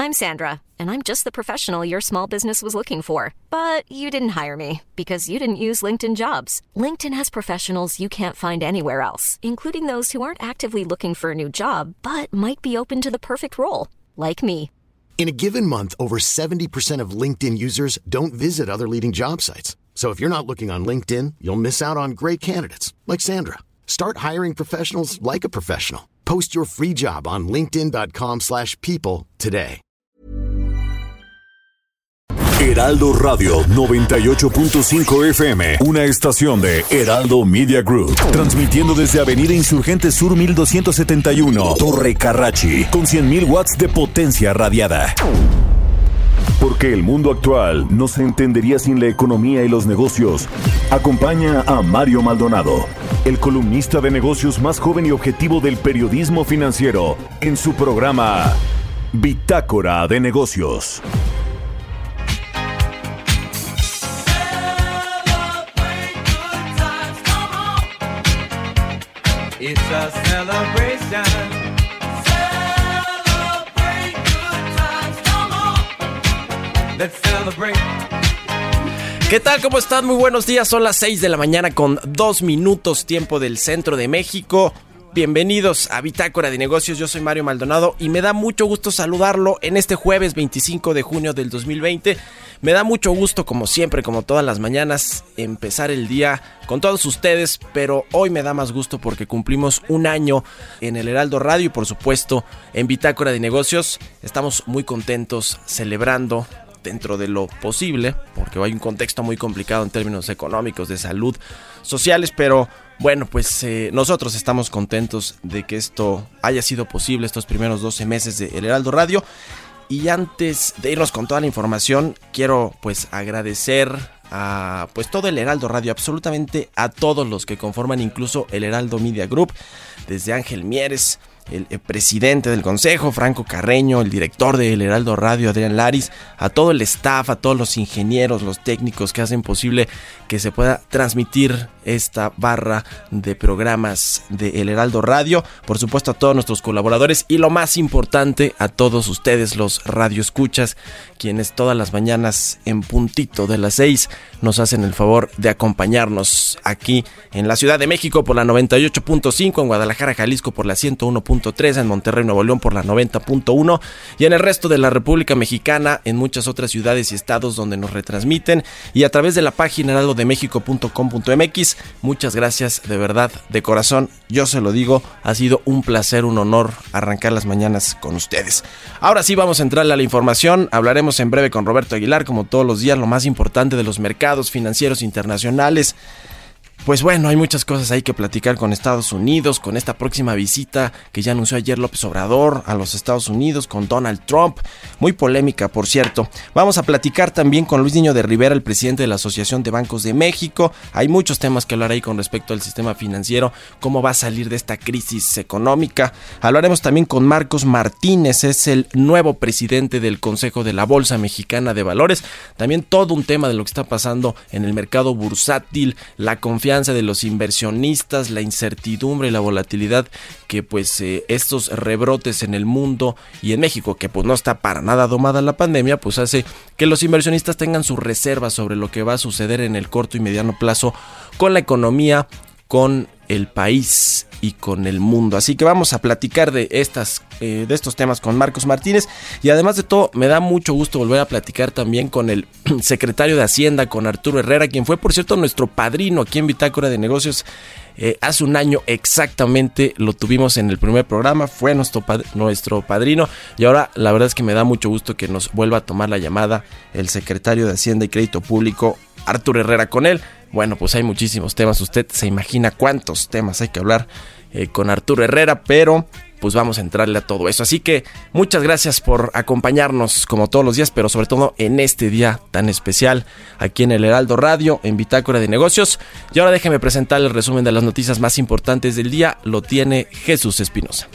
I'm Sandra, and I'm just the professional your small business was looking for. But you didn't hire me because you didn't use LinkedIn Jobs. LinkedIn has professionals you can't find anywhere else, including those who aren't actively looking for a new job, but might be open to the perfect role, like me. In a given month, over 70% of LinkedIn users don't visit other leading job sites. So if you're not looking on LinkedIn, you'll miss out on great candidates like Sandra. Start hiring professionals like a professional. Post your free job on linkedin.com/people today. Heraldo Radio 98.5 FM, una estación de Heraldo Media Group, transmitiendo desde Avenida Insurgentes Sur 1271, Torre Carrachi, con 100.000 watts de potencia radiada. Porque el mundo actual no se entendería sin la economía y los negocios. Acompaña a Mario Maldonado, el columnista de negocios más joven y objetivo del periodismo financiero, en su programa Bitácora de Negocios. It's a celebration. Celebrate good times, come on. Let's celebrate. ¿Qué tal? ¿Cómo están? Muy buenos días. Son las 6 de la mañana con 2 minutos, tiempo del centro de México. Bienvenidos a Bitácora de Negocios. Yo soy Mario Maldonado y me da mucho gusto saludarlo en este jueves 25 de junio del 2020. Me da mucho gusto, como siempre, como todas las mañanas, empezar el día con todos ustedes, pero hoy me da más gusto porque cumplimos un año en el Heraldo Radio y, por supuesto, en Bitácora de Negocios. Estamos muy contentos celebrando dentro de lo posible, porque hay un contexto muy complicado en términos económicos, de salud, sociales, pero bueno, pues nosotros estamos contentos de que esto haya sido posible estos primeros 12 meses de El Heraldo Radio. Y antes de irnos con toda la información, quiero pues agradecer a pues todo el Heraldo Radio, absolutamente a todos los que conforman incluso el Heraldo Media Group, desde Ángel Mieres, el presidente del consejo, Franco Carreño, el director del Heraldo Radio, Adrián Laris, a todo el staff, a todos los ingenieros, los técnicos que hacen posible que se pueda transmitir esta barra de programas de El Heraldo Radio, por supuesto a todos nuestros colaboradores y lo más importante, a todos ustedes, los radioescuchas, quienes todas las mañanas en puntito de las 6 nos hacen el favor de acompañarnos aquí en la Ciudad de México por la 98.5, en Guadalajara, Jalisco por la 101.3, en Monterrey, Nuevo León por la 90.1 y en el resto de la República Mexicana, en muchas otras ciudades y estados donde nos retransmiten y a través de la página heraldodemexico.com.mx. Muchas gracias, de verdad, de corazón, yo se lo digo, ha sido un placer, un honor arrancar las mañanas con ustedes. Ahora sí vamos a entrarle a la información, hablaremos en breve con Roberto Aguilar, como todos los días, lo más importante de los mercados financieros internacionales. Pues bueno, hay muchas cosas ahí que platicar con Estados Unidos, con esta próxima visita que ya anunció ayer López Obrador a los Estados Unidos con Donald Trump, muy polémica por cierto. Vamos a platicar también con Luis Niño de Rivera, el presidente de la Asociación de Bancos de México. Hay muchos temas que hablar ahí con respecto al sistema financiero, cómo va a salir de esta crisis económica. Hablaremos también con Marcos Martínez, es el nuevo presidente del Consejo de la Bolsa Mexicana de Valores. También todo un tema de lo que está pasando en el mercado bursátil, la confianza de los inversionistas, la incertidumbre y la volatilidad que pues estos rebrotes en el mundo y en México, que pues no está para nada domada la pandemia, pues hace que los inversionistas tengan sus reservas sobre lo que va a suceder en el corto y mediano plazo con la economía, con el país y con el mundo. Así que vamos a platicar de estos temas con Marcos Martínez y además de todo me da mucho gusto volver a platicar también con el secretario de Hacienda, con Arturo Herrera, quien fue por cierto nuestro padrino aquí en Bitácora de Negocios. Hace un año exactamente lo tuvimos en el primer programa, fue nuestro padrino y ahora la verdad es que me da mucho gusto que nos vuelva a tomar la llamada el secretario de Hacienda y Crédito Público, Arturo Herrera. Con él, bueno, pues hay muchísimos temas, usted se imagina cuántos temas hay que hablar con Arturo Herrera, pero pues vamos a entrarle a todo eso. Así que muchas gracias por acompañarnos como todos los días, pero sobre todo en este día tan especial aquí en el Heraldo Radio, en Bitácora de Negocios. Y ahora déjeme presentar el resumen de las noticias más importantes del día. Lo tiene Jesús Espinosa.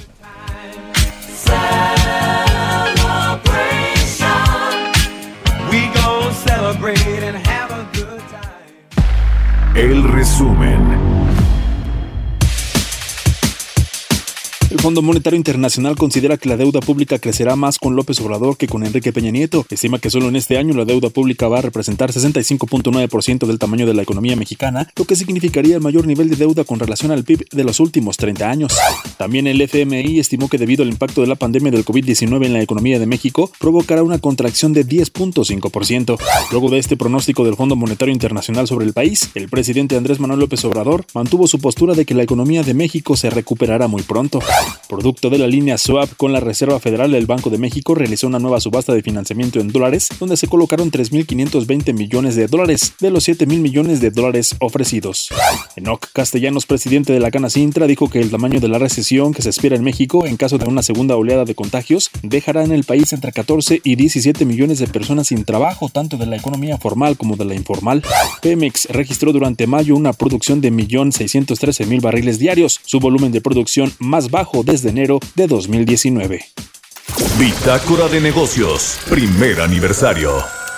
El resumen. El Fondo Monetario Internacional considera que la deuda pública crecerá más con López Obrador que con Enrique Peña Nieto. Estima que solo en este año la deuda pública va a representar 65.9% del tamaño de la economía mexicana, lo que significaría el mayor nivel de deuda con relación al PIB de los últimos 30 años. También el FMI estimó que debido al impacto de la pandemia del COVID-19 en la economía de México, provocará una contracción de 10.5%. Luego de este pronóstico del Fondo Monetario Internacional sobre el país, el presidente Andrés Manuel López Obrador mantuvo su postura de que la economía de México se recuperará muy pronto. Producto de la línea swap con la Reserva Federal, el Banco de México realizó una nueva subasta de financiamiento en dólares, donde se colocaron 3.520 millones de dólares de los 7.000 millones de dólares ofrecidos. Enoc Castellanos, presidente de la Canacintra, dijo que el tamaño de la recesión que se espera en México en caso de una segunda oleada de contagios dejará en el país entre 14 y 17 millones de personas sin trabajo, tanto de la economía formal como de la informal. Pemex registró durante mayo una producción de 1.613.000 barriles diarios, su volumen de producción más bajo desde enero de 2019. Bitácora de Negocios, primer aniversario.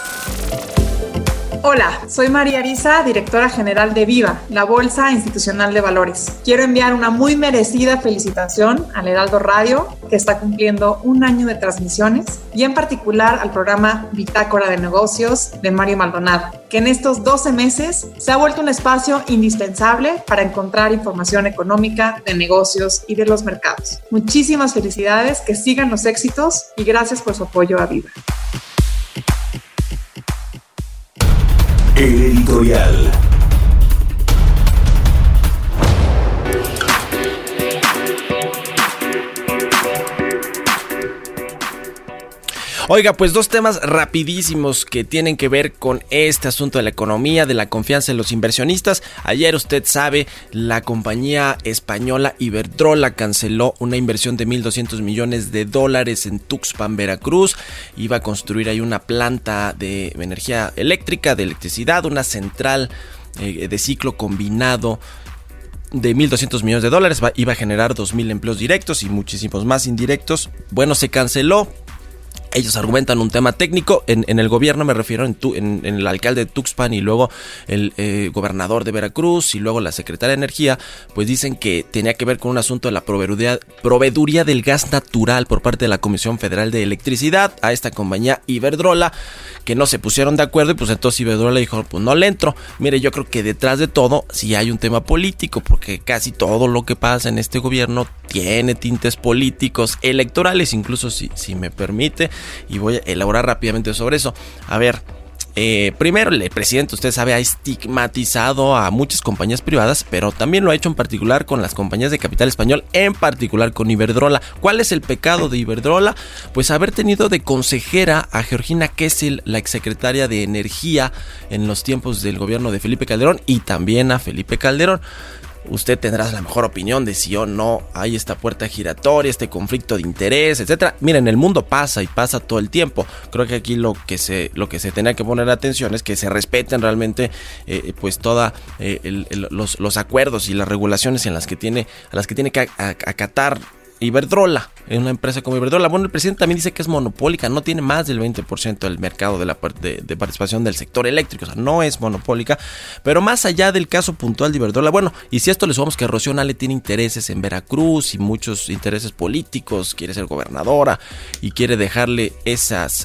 Hola, soy María Ariza, directora general de Viva, la Bolsa Institucional de Valores. Quiero enviar una muy merecida felicitación al Heraldo Radio, que está cumpliendo un año de transmisiones, y en particular al programa Bitácora de Negocios de Mario Maldonado, que en estos 12 meses se ha vuelto un espacio indispensable para encontrar información económica de negocios y de los mercados. Muchísimas felicidades, que sigan los éxitos y gracias por su apoyo a Viva. El editorial. Oiga, pues dos temas rapidísimos que tienen que ver con este asunto de la economía, de la confianza en los inversionistas. Ayer, usted sabe, la compañía española Iberdrola canceló una inversión de $1,200 millones en Tuxpan, Veracruz. Iba a construir ahí una planta de energía eléctrica, de electricidad, una central de ciclo combinado de $1,200 millones. Iba a generar 2,000 empleos directos y muchísimos más indirectos. Bueno, se canceló. Ellos argumentan un tema técnico, en el gobierno me refiero, en el alcalde de Tuxpan y luego el gobernador de Veracruz y luego la secretaria de Energía, pues dicen que tenía que ver con un asunto de la proveeduría del gas natural por parte de la Comisión Federal de Electricidad a esta compañía Iberdrola, que no se pusieron de acuerdo y pues entonces Iberdrola dijo, pues no le entro. Mire, yo creo que detrás de todo sí hay un tema político, porque casi todo lo que pasa en este gobierno tiene tintes políticos, electorales, incluso si me permite. Y voy a elaborar rápidamente sobre eso. A ver, primero el presidente, usted sabe, ha estigmatizado a muchas compañías privadas, pero también lo ha hecho en particular con las compañías de capital español, en particular con Iberdrola. ¿Cuál es el pecado de Iberdrola? Pues haber tenido de consejera a Georgina Kessel, la exsecretaria de Energía en los tiempos del gobierno de Felipe Calderón, y también a Felipe Calderón. Usted tendrá la mejor opinión de si o no hay esta puerta giratoria, este conflicto de interés, etcétera. Miren, el mundo pasa y pasa todo el tiempo. Creo que aquí lo que se tenía que poner atención es que se respeten realmente pues toda los acuerdos y las regulaciones a las que tiene que acatar Iberdrola, en una empresa como Iberdrola. Bueno, el presidente también dice que es monopólica, no tiene más del 20% del mercado de participación del sector eléctrico, o sea, no es monopólica. Pero más allá del caso puntual de Iberdrola, bueno, y si esto le sumamos que Rocío Nale tiene intereses en Veracruz y muchos intereses políticos, quiere ser gobernadora y quiere dejarle esos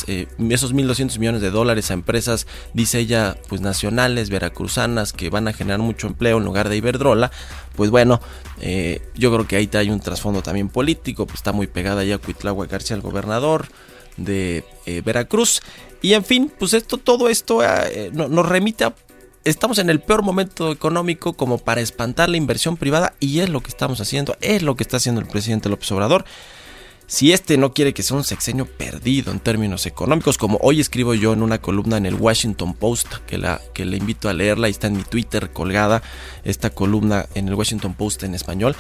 $1,200 millones a empresas, dice ella, pues nacionales, veracruzanas, que van a generar mucho empleo en lugar de Iberdrola. Pues bueno, yo creo que ahí hay un trasfondo también político, pues está muy pegada ya Cuitláhuac García, el gobernador de Veracruz. Y en fin, pues todo esto nos remite a... Estamos en el peor momento económico como para espantar la inversión privada, y es lo que estamos haciendo, es lo que está haciendo el presidente López Obrador. Si no quiere que sea un sexenio perdido en términos económicos, como hoy escribo yo en una columna en el Washington Post, que le invito a leerla, ahí está en mi Twitter colgada, esta columna en el Washington Post en español.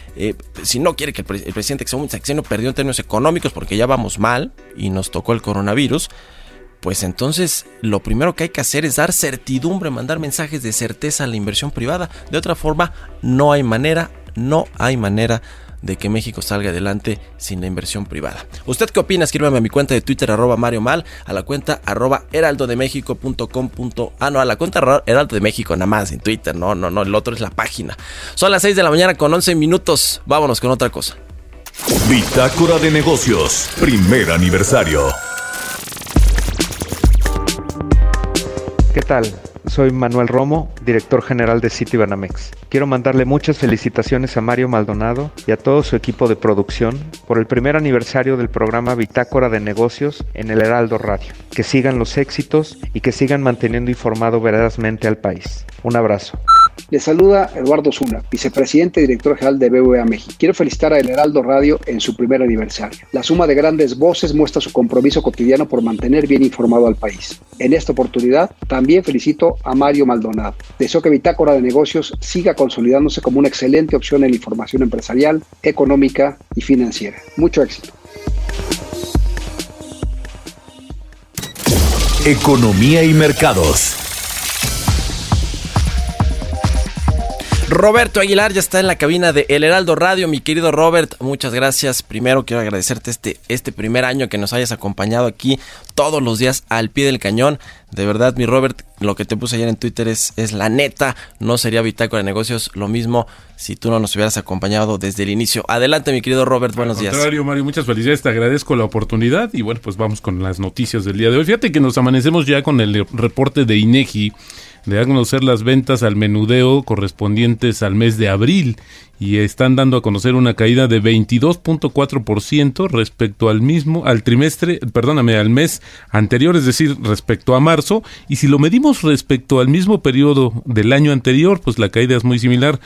Si no quiere que el presidente que sea un sexenio perdido en términos económicos, porque ya vamos mal y nos tocó el coronavirus, pues entonces lo primero que hay que hacer es dar certidumbre, mandar mensajes de certeza a la inversión privada. De otra forma, no hay manera de que México salga adelante sin la inversión privada. ¿Usted qué opina? Escríbame a mi cuenta de Twitter, @Mario Mal, a la cuenta @heraldodemexico.com. A la cuenta Heraldo de México, nada más en Twitter, no, el otro es la página. Son las 6 de la mañana con 11 minutos, vámonos con otra cosa. Bitácora de Negocios, primer aniversario. ¿Qué tal? Soy Manuel Romo, director general de Citibanamex. Quiero mandarle muchas felicitaciones a Mario Maldonado y a todo su equipo de producción por el primer aniversario del programa Bitácora de Negocios en el Heraldo Radio. Que sigan los éxitos y que sigan manteniendo informado verazmente al país. Un abrazo. Les saluda Eduardo Zuna, vicepresidente y director general de BBVA México. Quiero felicitar a El Heraldo Radio en su primer aniversario. La suma de grandes voces muestra su compromiso cotidiano por mantener bien informado al país. En esta oportunidad, también felicito a Mario Maldonado. Deseo que Bitácora de Negocios siga consolidándose como una excelente opción en la información empresarial, económica y financiera. Mucho éxito. Economía y mercados. Roberto Aguilar ya está en la cabina de El Heraldo Radio. Mi querido Robert, muchas gracias. Primero quiero agradecerte este primer año que nos hayas acompañado aquí todos los días al pie del cañón. De verdad, mi Robert, lo que te puse ayer en Twitter es la neta. No sería Bitácora de Negocios lo mismo si tú no nos hubieras acompañado desde el inicio. Adelante, mi querido Robert, buenos días. Al contrario, Mario, muchas felicidades, te agradezco la oportunidad y bueno, pues vamos con las noticias del día de hoy. Fíjate que nos amanecemos ya con el reporte de INEGI de conocer las ventas al menudeo correspondientes al mes de abril y están dando a conocer una caída de 22.4% respecto al mes anterior, es decir, respecto a marzo, y si lo medimos respecto al mismo periodo del año anterior, pues la caída es muy similar,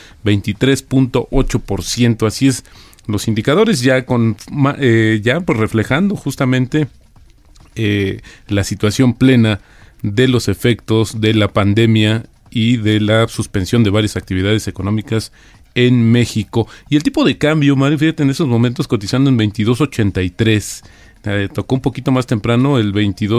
23.8%, así es, los indicadores ya pues reflejando justamente la situación plena de los efectos de la pandemia y de la suspensión de varias actividades económicas en México. Y el tipo de cambio, Mario, fíjate, en esos momentos cotizando en 22.83. Tocó un poquito más temprano el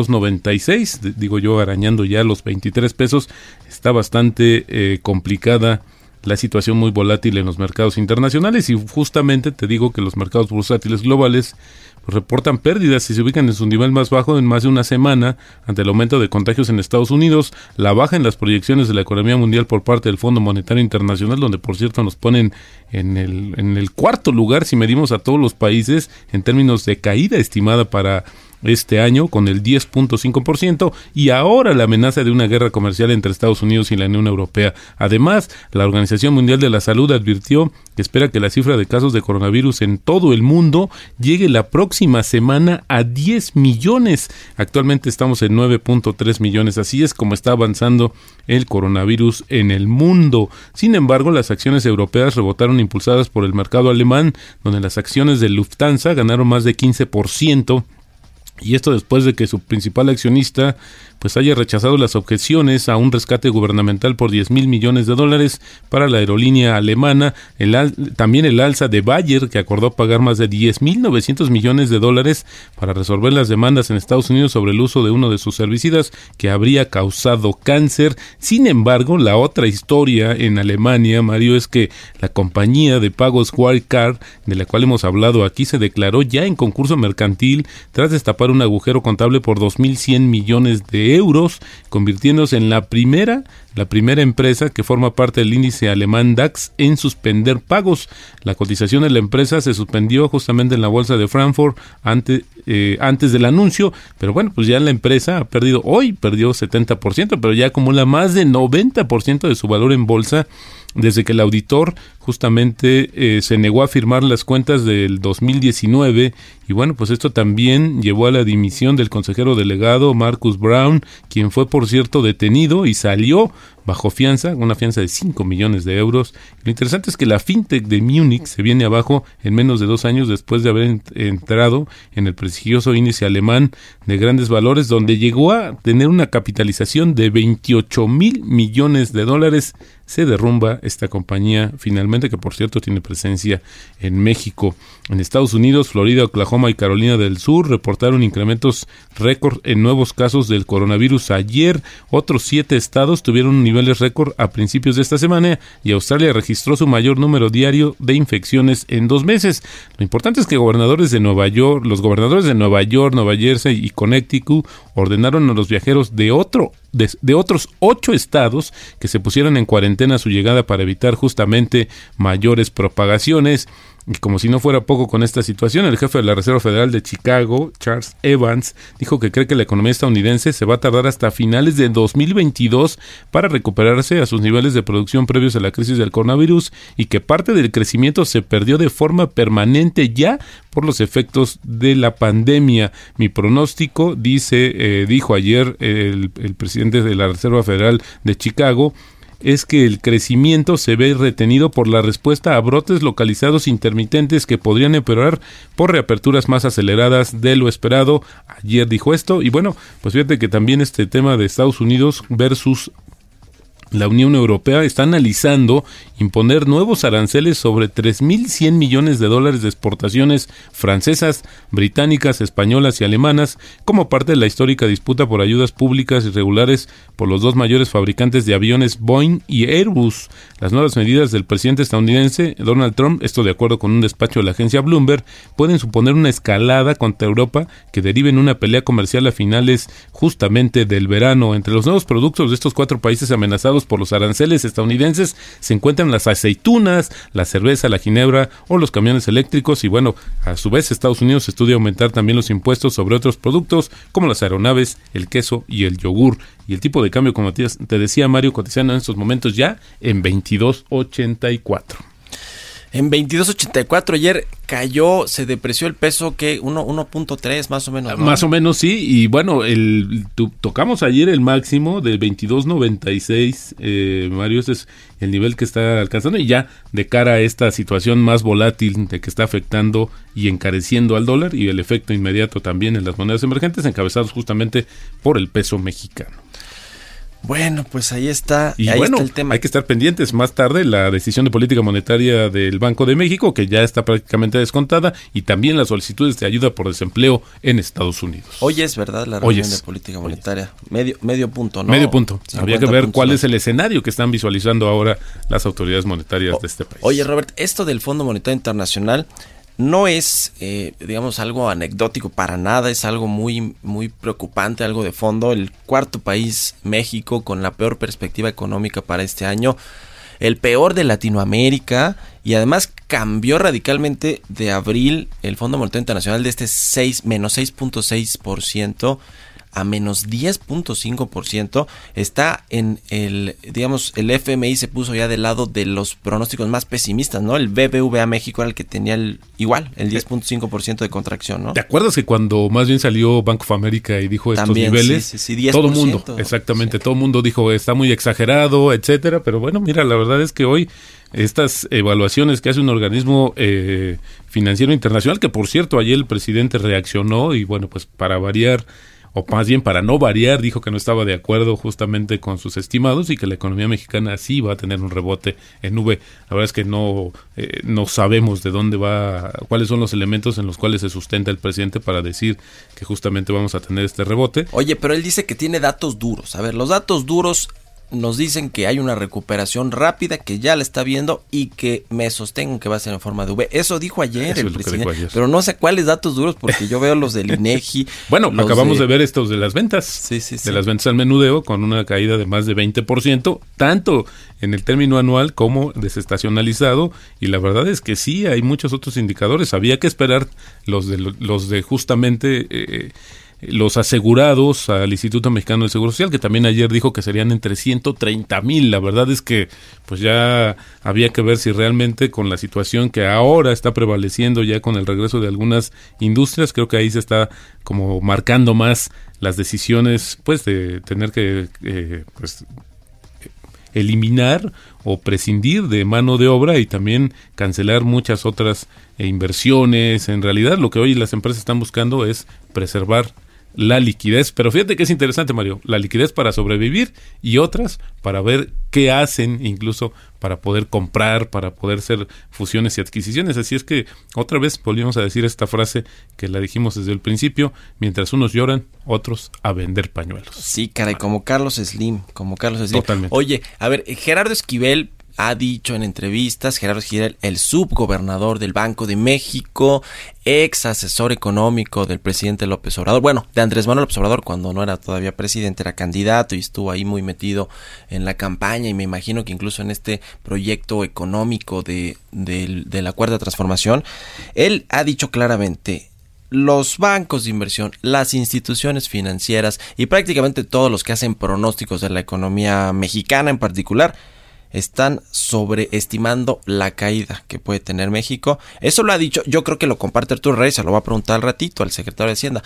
22.96, digo yo, arañando ya los 23 pesos. Está bastante complicada la situación, muy volátil en los mercados internacionales, y justamente te digo que los mercados bursátiles globales pues reportan pérdidas y se ubican en su nivel más bajo en más de una semana ante el aumento de contagios en Estados Unidos, la baja en las proyecciones de la economía mundial por parte del Fondo Monetario Internacional, donde por cierto nos ponen en el cuarto lugar si medimos a todos los países en términos de caída estimada para este año, con el 10.5%, y ahora la amenaza de una guerra comercial entre Estados Unidos y la Unión Europea. Además, la Organización Mundial de la Salud advirtió que espera que la cifra de casos de coronavirus en todo el mundo llegue la próxima semana a 10 millones. Actualmente estamos en 9.3 millones. Así es como está avanzando el coronavirus en el mundo. Sin embargo, las acciones europeas rebotaron impulsadas por el mercado alemán, donde las acciones de Lufthansa ganaron más de 15%. Y esto después de que su principal accionista pues haya rechazado las objeciones a un rescate gubernamental por $10,000 millones para la aerolínea alemana. También el alza de Bayer, que acordó pagar más de $10,900 millones para resolver las demandas en Estados Unidos sobre el uso de uno de sus herbicidas que habría causado cáncer. Sin embargo, la otra historia en Alemania, Mario, es que la compañía de pagos Wirecard, de la cual hemos hablado aquí, se declaró ya en concurso mercantil tras destapar un agujero contable por 2.100 millones de euros, convirtiéndose en la primera empresa que forma parte del índice alemán DAX en suspender pagos. La cotización de la empresa se suspendió justamente en la bolsa de Frankfurt antes del anuncio, pero bueno, pues ya la empresa perdió 70%, pero ya acumula más de 90% de su valor en bolsa desde que el auditor justamente se negó a firmar las cuentas del 2019, y bueno, pues esto también llevó a la dimisión del consejero delegado Marcus Braun, quien fue por cierto detenido y salió bajo fianza, una fianza de 5 millones de euros. Lo interesante es que la fintech de Múnich se viene abajo en menos de 2 años después de haber entrado en el prestigioso índice alemán de grandes valores, donde llegó a tener una capitalización de $28,000 millones. Se derrumba esta compañía finalmente, que por cierto tiene presencia en México. En Estados Unidos, Florida, Oklahoma y Carolina del Sur reportaron incrementos récord en nuevos casos del coronavirus ayer. Otros 7 estados tuvieron niveles récord a principios de esta semana y Australia registró su mayor número diario de infecciones en 2 meses. Lo importante es que los gobernadores de Nueva York, Nueva Jersey y Connecticut ordenaron a los viajeros de otros 8 estados que se pusieran en cuarentena a su llegada para evitar justamente mayores propagaciones. Y como si no fuera poco con esta situación, el jefe de la Reserva Federal de Chicago, Charles Evans, dijo que cree que la economía estadounidense se va a tardar hasta finales de 2022 para recuperarse a sus niveles de producción previos a la crisis del coronavirus y que parte del crecimiento se perdió de forma permanente ya por los efectos de la pandemia. Mi pronóstico, dijo ayer el presidente de la Reserva Federal de Chicago, es que el crecimiento se ve retenido por la respuesta a brotes localizados intermitentes que podrían empeorar por reaperturas más aceleradas de lo esperado. Ayer dijo esto y bueno, pues fíjate que también este tema de Estados Unidos versus la Unión Europea está analizando imponer nuevos aranceles sobre 3.100 millones de dólares de exportaciones francesas, británicas, españolas y alemanas como parte de la histórica disputa por ayudas públicas irregulares por los 2 mayores fabricantes de aviones Boeing y Airbus. Las nuevas medidas del presidente estadounidense Donald Trump, esto de acuerdo con un despacho de la agencia Bloomberg, pueden suponer una escalada contra Europa que derive en una pelea comercial a finales justamente del verano. Entre los nuevos productos de estos 4 países amenazados por los aranceles estadounidenses se encuentran las aceitunas, la cerveza, la ginebra o los camiones eléctricos y bueno, a su vez Estados Unidos estudia aumentar también los impuestos sobre otros productos como las aeronaves, el queso y el yogur. Y el tipo de cambio, como te decía Mario, cotizando en estos momentos ya en 22.84. En 22.84 ayer cayó, se depreció el peso, que 1.3 más o menos, ¿no? Más o menos, sí, y bueno, tocamos ayer el máximo de 22.96, Mario, ese es el nivel que está alcanzando, y ya de cara a esta situación más volátil de que está afectando y encareciendo al dólar, y el efecto inmediato también en las monedas emergentes, encabezados justamente por el peso mexicano. Bueno, pues ahí está, y ahí bueno, está el tema. Hay que estar pendientes más tarde la decisión de política monetaria del Banco de México, que ya está prácticamente descontada, y también las solicitudes de ayuda por desempleo en Estados Unidos. Hoy es, ¿verdad? La reunión de política monetaria. Medio punto, ¿no? Medio punto. Habría que ver cuál ¿no? es el escenario que están visualizando ahora las autoridades monetarias de este país. Oye, Robert, esto del Fondo Monetario Internacional no es, digamos, algo anecdótico para nada, es algo muy, muy preocupante, algo de fondo. El 4º país, México, con la peor perspectiva económica para este año, el peor de Latinoamérica, y además cambió radicalmente de abril el Fondo Monetario Internacional de este menos 6.6% a menos 10.5%. Está en el FMI se puso ya del lado de los pronósticos más pesimistas, ¿no? El BBVA México era el que tenía el 10.5% de contracción, ¿no? ¿Te acuerdas que cuando más bien salió Bank of America y dijo también, estos niveles? Sí, 10%. Todo el mundo, exactamente, sí. Todo el mundo dijo está muy exagerado, etcétera, pero bueno, mira, la verdad es que hoy estas evaluaciones que hace un organismo financiero internacional, que por cierto ayer el presidente reaccionó y bueno, pues para variar, o más bien para no variar, dijo que no estaba de acuerdo justamente con sus estimados y que la economía mexicana sí va a tener un rebote en V. La verdad es que no sabemos de dónde va, cuáles son los elementos en los cuales se sustenta el presidente para decir que justamente vamos a tener este rebote. Oye, pero él dice que tiene datos duros. A ver, los datos duros nos dicen que hay una recuperación rápida, que ya la está viendo y que me sostengo que va a ser en forma de V. Eso dijo ayer el presidente, pero no sé cuáles datos duros porque yo veo los del INEGI. Bueno, acabamos de ver estos de las ventas. Sí. De las ventas al menudeo con una caída de más de 20%, tanto en el término anual como desestacionalizado, y la verdad es que sí, hay muchos otros indicadores. Había que esperar los de justamente los asegurados al Instituto Mexicano del Seguro Social, que también ayer dijo que serían entre 130,000. La verdad es que pues ya había que ver si realmente con la situación que ahora está prevaleciendo ya con el regreso de algunas industrias, creo que ahí se está como marcando más las decisiones pues de tener que eliminar o prescindir de mano de obra y también cancelar muchas otras inversiones. En realidad lo que hoy las empresas están buscando es preservar la liquidez, pero fíjate que es interesante, Mario, la liquidez para sobrevivir y otras para ver qué hacen, incluso para poder comprar, para poder hacer fusiones y adquisiciones. Así es que otra vez volvimos a decir esta frase que la dijimos desde el principio: mientras unos lloran, otros a vender pañuelos. Sí, caray, como Carlos Slim. Totalmente. Oye, a ver, Gerardo Esquivel ha dicho en entrevistas, Gerardo Esquivel, el subgobernador del Banco de México, ex asesor económico del presidente López Obrador, bueno, de Andrés Manuel López Obrador cuando no era todavía presidente, era candidato y estuvo ahí muy metido en la campaña, y me imagino que incluso en este proyecto económico de la Cuarta Transformación. Él ha dicho claramente: los bancos de inversión, las instituciones financieras y prácticamente todos los que hacen pronósticos de la economía mexicana en particular están sobreestimando la caída que puede tener México. Eso lo ha dicho, yo creo que lo comparte Arturo Reyes, se lo va a preguntar al ratito al secretario de Hacienda.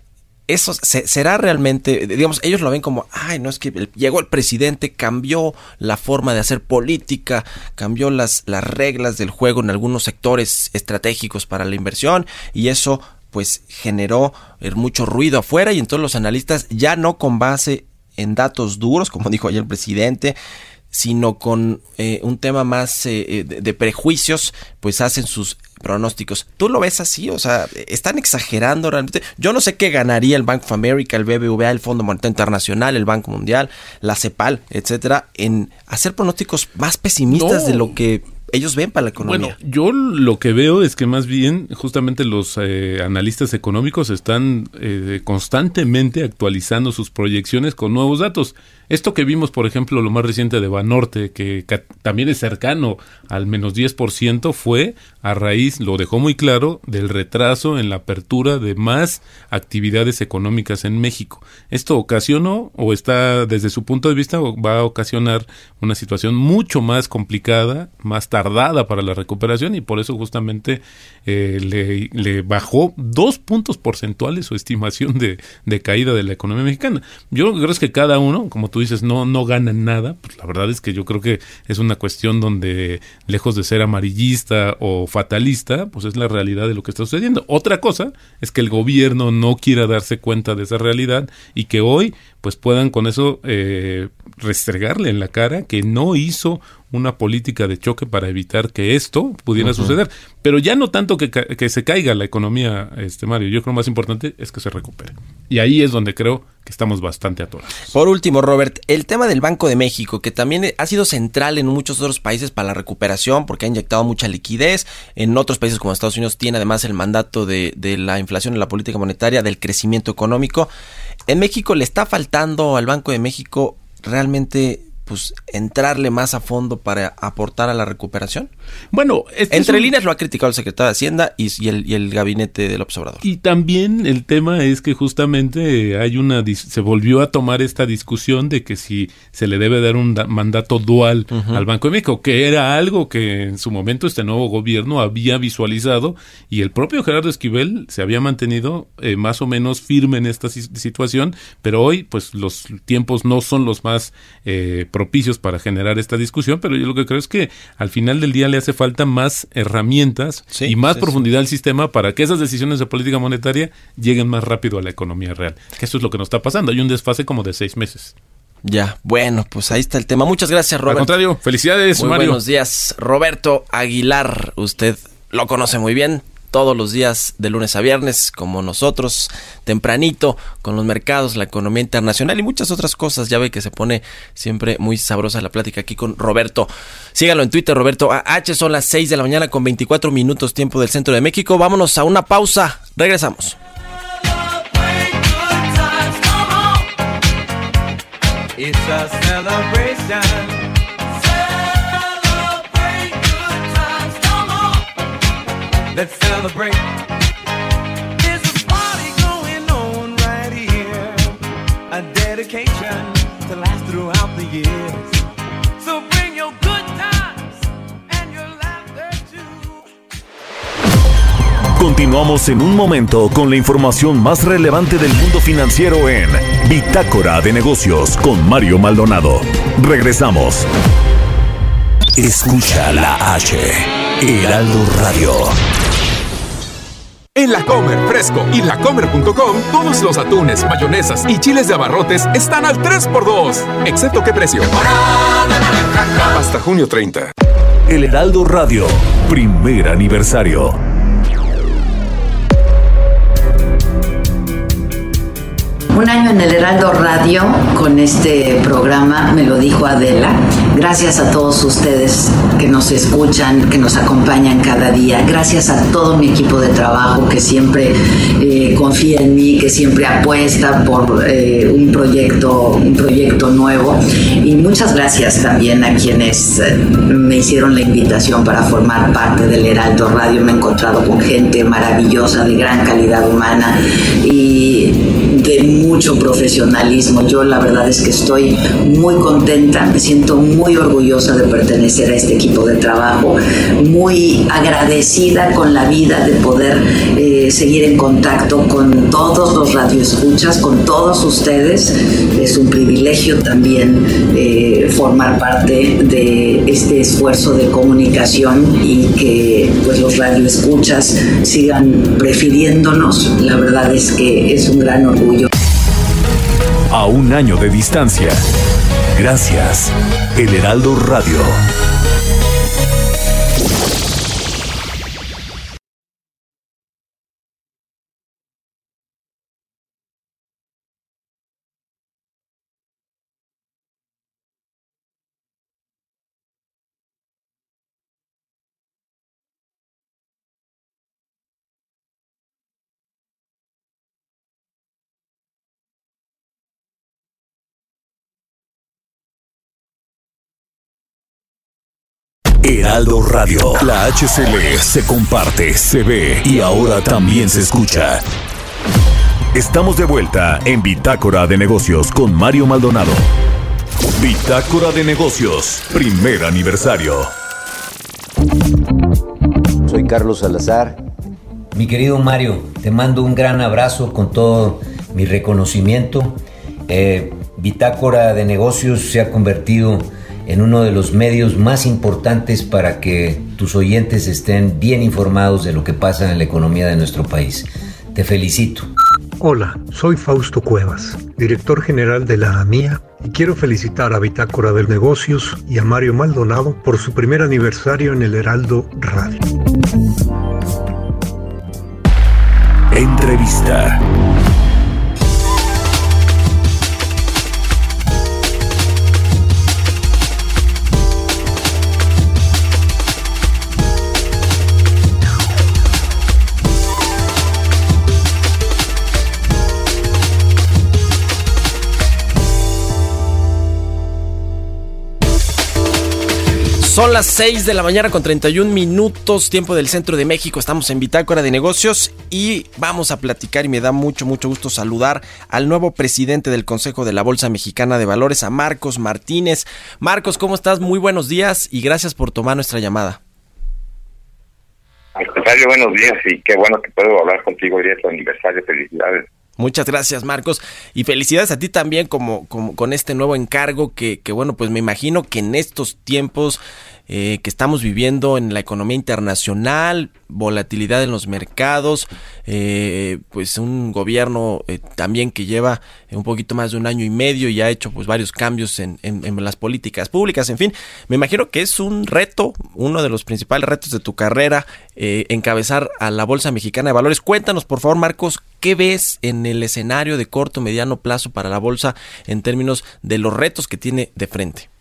Eso será realmente, digamos, ellos lo ven como, ay, no, es que llegó el presidente, cambió la forma de hacer política, cambió las reglas del juego en algunos sectores estratégicos para la inversión, y eso pues generó mucho ruido afuera, y entonces los analistas, ya no con base en datos duros, como dijo ayer el presidente, sino con un tema más de prejuicios, pues hacen sus pronósticos. ¿Tú lo ves así? O sea, ¿están exagerando realmente? Yo no sé qué ganaría el Bank of America, el BBVA, el Fondo Monetario Internacional, el Banco Mundial, la CEPAL, etcétera, en hacer pronósticos más pesimistas de lo que ellos ven para la economía. Bueno, yo lo que veo es que más bien justamente los analistas económicos están constantemente actualizando sus proyecciones con nuevos datos. Esto que vimos, por ejemplo, lo más reciente de Banorte, que también es cercano al menos 10%, fue a raíz, lo dejó muy claro, del retraso en la apertura de más actividades económicas en México. Esto ocasionó, o está desde su punto de vista, va a ocasionar una situación mucho más complicada, más tardada para la recuperación, y por eso justamente le bajó 2 puntos porcentuales su estimación de caída de la economía mexicana. Yo creo que cada uno, como tú dices, no ganan nada. Pues la verdad es que yo creo que es una cuestión donde, lejos de ser amarillista o fatalista, pues es la realidad de lo que está sucediendo. Otra cosa es que el gobierno no quiera darse cuenta de esa realidad y que hoy pues puedan con eso restregarle en la cara que no hizo una política de choque para evitar que esto pudiera suceder. Pero ya no tanto que se caiga la economía, Mario. Yo creo más importante es que se recupere. Y ahí es donde creo que estamos bastante atorados. Por último, Robert, el tema del Banco de México, que también ha sido central en muchos otros países para la recuperación, porque ha inyectado mucha liquidez. En otros países como Estados Unidos tiene además el mandato de la inflación en la política monetaria, del crecimiento económico. En México le está faltando al Banco de México realmente pues entrarle más a fondo para aportar a la recuperación. Bueno, entre líneas lo ha criticado el secretario de Hacienda y el gabinete del López Obrador. Y también el tema es que justamente se volvió a tomar esta discusión de que si se le debe dar un mandato dual al Banco de México, que era algo que en su momento este nuevo gobierno había visualizado, y el propio Gerardo Esquivel se había mantenido más o menos firme en esta situación, pero hoy pues los tiempos no son los más propicios para generar esta discusión, pero yo lo que creo es que al final del día le hace falta más herramientas y más profundidad al sistema para que esas decisiones de política monetaria lleguen más rápido a la economía real. Que eso es lo que nos está pasando. Hay un desfase como de 6 meses. Ya, bueno, pues ahí está el tema. Muchas gracias, Robert. Al contrario, felicidades, muy Mario. Buenos días, Roberto Aguilar. Usted lo conoce muy bien. Todos los días de lunes a viernes, como nosotros, tempranito, con los mercados, la economía internacional y muchas otras cosas. Ya ve que se pone siempre muy sabrosa la plática aquí con Roberto. Síganlo en Twitter, Roberto AH. Son las 6 de la mañana con 24 minutos, tiempo del centro de México. Vámonos a una pausa. Regresamos. It's a celebration. Let's celebrate. There's a party going on right here. A dedication to last throughout the years. So bring your good times and your laughter too. Continuamos en un momento con la información más relevante del mundo financiero en Bitácora de Negocios con Mario Maldonado. Regresamos. Escucha la H. Heraldo Radio. En La Comer, Fresco y lacomer.com, todos los atunes, mayonesas y chiles de abarrotes están al 3x2. ¿Excepto qué precio? Hasta junio 30. El Heraldo Radio, primer aniversario. Un año en el Heraldo Radio con este programa, me lo dijo Adela. Gracias a todos ustedes que nos escuchan, que nos acompañan cada día. Gracias a todo mi equipo de trabajo que siempre confía en mí, que siempre apuesta por un proyecto nuevo. Y muchas gracias también a quienes me hicieron la invitación para formar parte del Heraldo Radio. Me he encontrado con gente maravillosa, de gran calidad humana y de mucho profesionalismo. Yo la verdad es que estoy muy contenta, me siento muy orgullosa de pertenecer a este equipo de trabajo, muy agradecida con la vida de poder seguir en contacto con todos los radioescuchas, con todos ustedes. Es un privilegio también formar parte de este esfuerzo de comunicación y que pues los radioescuchas sigan prefiriéndonos. La verdad es que es un gran orgullo. A un año de distancia. Gracias. El Heraldo Radio. Heraldo Radio. La HCL se comparte, se ve y ahora también se escucha. Estamos de vuelta en Bitácora de Negocios con Mario Maldonado. Bitácora de Negocios, primer aniversario. Soy Carlos Salazar. Mi querido Mario, te mando un gran abrazo con todo mi reconocimiento. Bitácora de Negocios se ha convertido en uno de los medios más importantes para que tus oyentes estén bien informados de lo que pasa en la economía de nuestro país. Te felicito. Hola, soy Fausto Cuevas, director general de la AMIA, y quiero felicitar a Bitácora de Negocios y a Mario Maldonado por su primer aniversario en el Heraldo Radio. Entrevista. Son las 6 de la mañana con 31 minutos, tiempo del centro de México. Estamos en Bitácora de Negocios y vamos a platicar, y me da mucho gusto saludar al nuevo presidente del Consejo de la Bolsa Mexicana de Valores, a Marcos Martínez. Marcos, ¿cómo estás? Muy buenos días y gracias por tomar nuestra llamada. Al contrario, buenos días y qué bueno que puedo hablar contigo hoy día de tu aniversario. Felicidades. Muchas gracias, Marcos, y felicidades a ti también como con este nuevo encargo que bueno, pues me imagino que en estos tiempos que estamos viviendo en la economía internacional, volatilidad en los mercados, pues un gobierno también que lleva un poquito más de un año y medio y ha hecho pues varios cambios en las políticas públicas. En fin, me imagino que es un reto, uno de los principales retos de tu carrera, encabezar a la Bolsa Mexicana de Valores. Cuéntanos, por favor, Marcos, ¿qué ves en el escenario de corto, mediano plazo para la bolsa en términos de los retos que tiene de frente?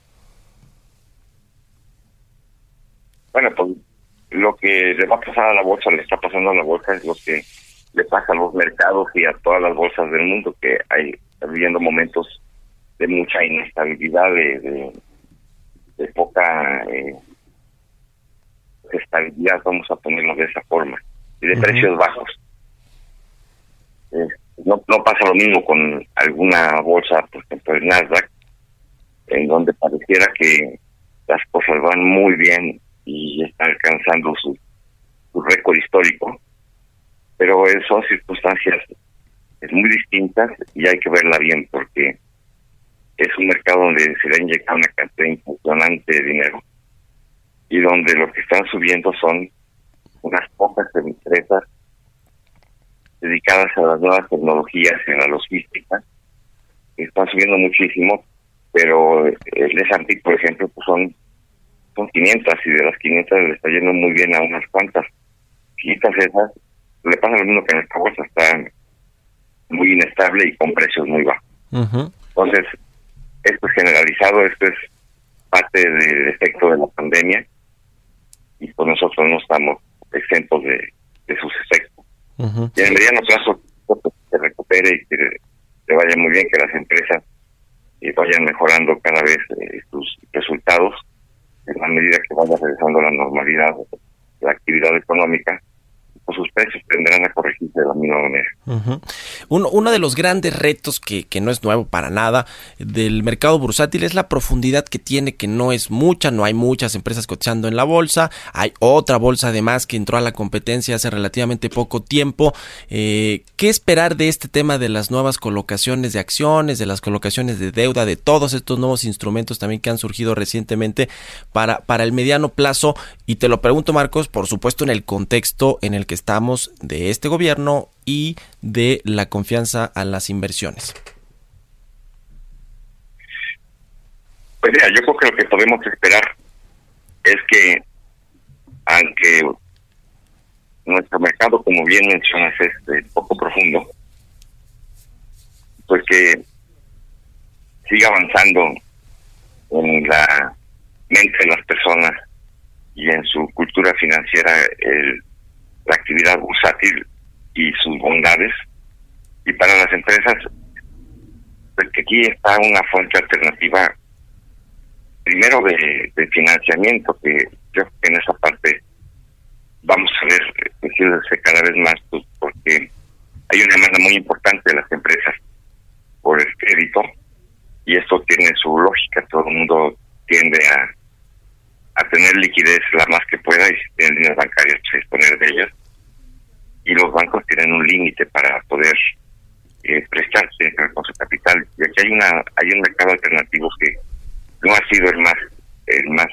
Bueno, pues lo que le va a pasar a la bolsa, le está pasando a la bolsa, es lo que le pasa a los mercados y a todas las bolsas del mundo, que está viviendo momentos de mucha inestabilidad, de poca estabilidad, vamos a ponerlo de esa forma, y de precios bajos. No pasa lo mismo con alguna bolsa, por ejemplo el Nasdaq, en donde pareciera que las cosas van muy bien y está alcanzando su récord histórico, pero son circunstancias muy distintas y hay que verla bien, porque es un mercado donde se le ha inyectado una cantidad impresionante de dinero y donde lo que están subiendo son unas pocas empresas dedicadas a las nuevas tecnologías en la logística. Están subiendo muchísimo, pero el S&P, por ejemplo, pues son 500, y de las 500 le está yendo muy bien a unas cuantas. 500 esas, le pasa lo mismo que en esta bolsa, está muy inestable y con precios muy bajos. Uh-huh. Entonces, esto es generalizado, esto es parte del efecto de la pandemia, y pues nosotros no estamos exentos de sus efectos. Uh-huh. Y en el mediano plazo, que se recupere y que le vaya muy bien, que las empresas vayan mejorando cada vez sus resultados, en la medida que vaya regresando a la normalidad la actividad económica, pues sus precios tendrán a corregirse de la misma manera. Uh-huh. Uno de los grandes retos que no es nuevo para nada del mercado bursátil es la profundidad que tiene, que no es mucha, no hay muchas empresas cotizando en la bolsa, hay otra bolsa además que entró a la competencia hace relativamente poco tiempo. ¿Qué esperar de este tema de las nuevas colocaciones de acciones, de las colocaciones de deuda, de todos estos nuevos instrumentos también que han surgido recientemente para el mediano plazo? Y te lo pregunto, Marcos, por supuesto en el contexto en el que estamos de este gobierno y de la confianza a las inversiones. Pues mira, yo creo que lo que podemos esperar es que, aunque nuestro mercado, como bien mencionas, es poco profundo, pues que siga avanzando en la mente de las personas y en su cultura financiera la actividad bursátil y sus bondades. Y para las empresas, pues que aquí está una fuente alternativa, primero de financiamiento, que yo creo que en esa parte vamos a ver decirse cada vez más, pues, porque hay una demanda muy importante de las empresas por el crédito, y esto tiene su lógica. Todo el mundo tiende a tener liquidez la más que pueda, y si tienen líneas bancarias, pues disponer de ellas, y los bancos tienen un límite para poder prestarse con su capital. Y aquí hay un mercado alternativo que no ha sido el más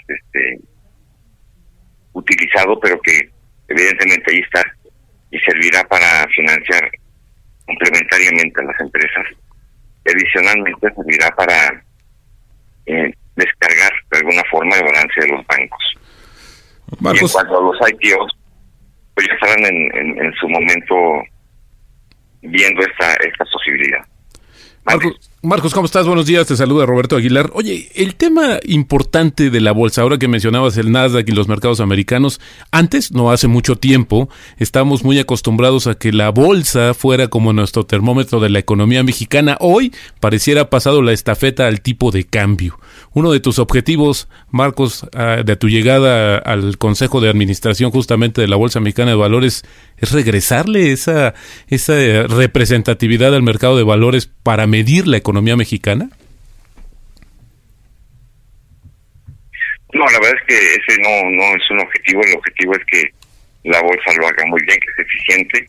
utilizado, pero que evidentemente ahí está y servirá para financiar complementariamente a las empresas. Adicionalmente servirá para descargar de alguna forma el balance de los bancos. Marcos. Y en cuanto a los IPOs, pues ya estarán en su momento viendo esta posibilidad. Marcos, ¿cómo estás? Buenos días, te saluda Roberto Aguilar. Oye, el tema importante de la bolsa, ahora que mencionabas el Nasdaq y los mercados americanos, antes, no hace mucho tiempo, estábamos muy acostumbrados a que la bolsa fuera como nuestro termómetro de la economía mexicana. Hoy pareciera pasado la estafeta al tipo de cambio. Uno de tus objetivos, Marcos, de tu llegada al Consejo de Administración justamente de la Bolsa Mexicana de Valores, es regresarle esa representatividad al mercado de valores para medir la economía mexicana. No, la verdad es que ese no es un objetivo. El objetivo es que la bolsa lo haga muy bien, que sea eficiente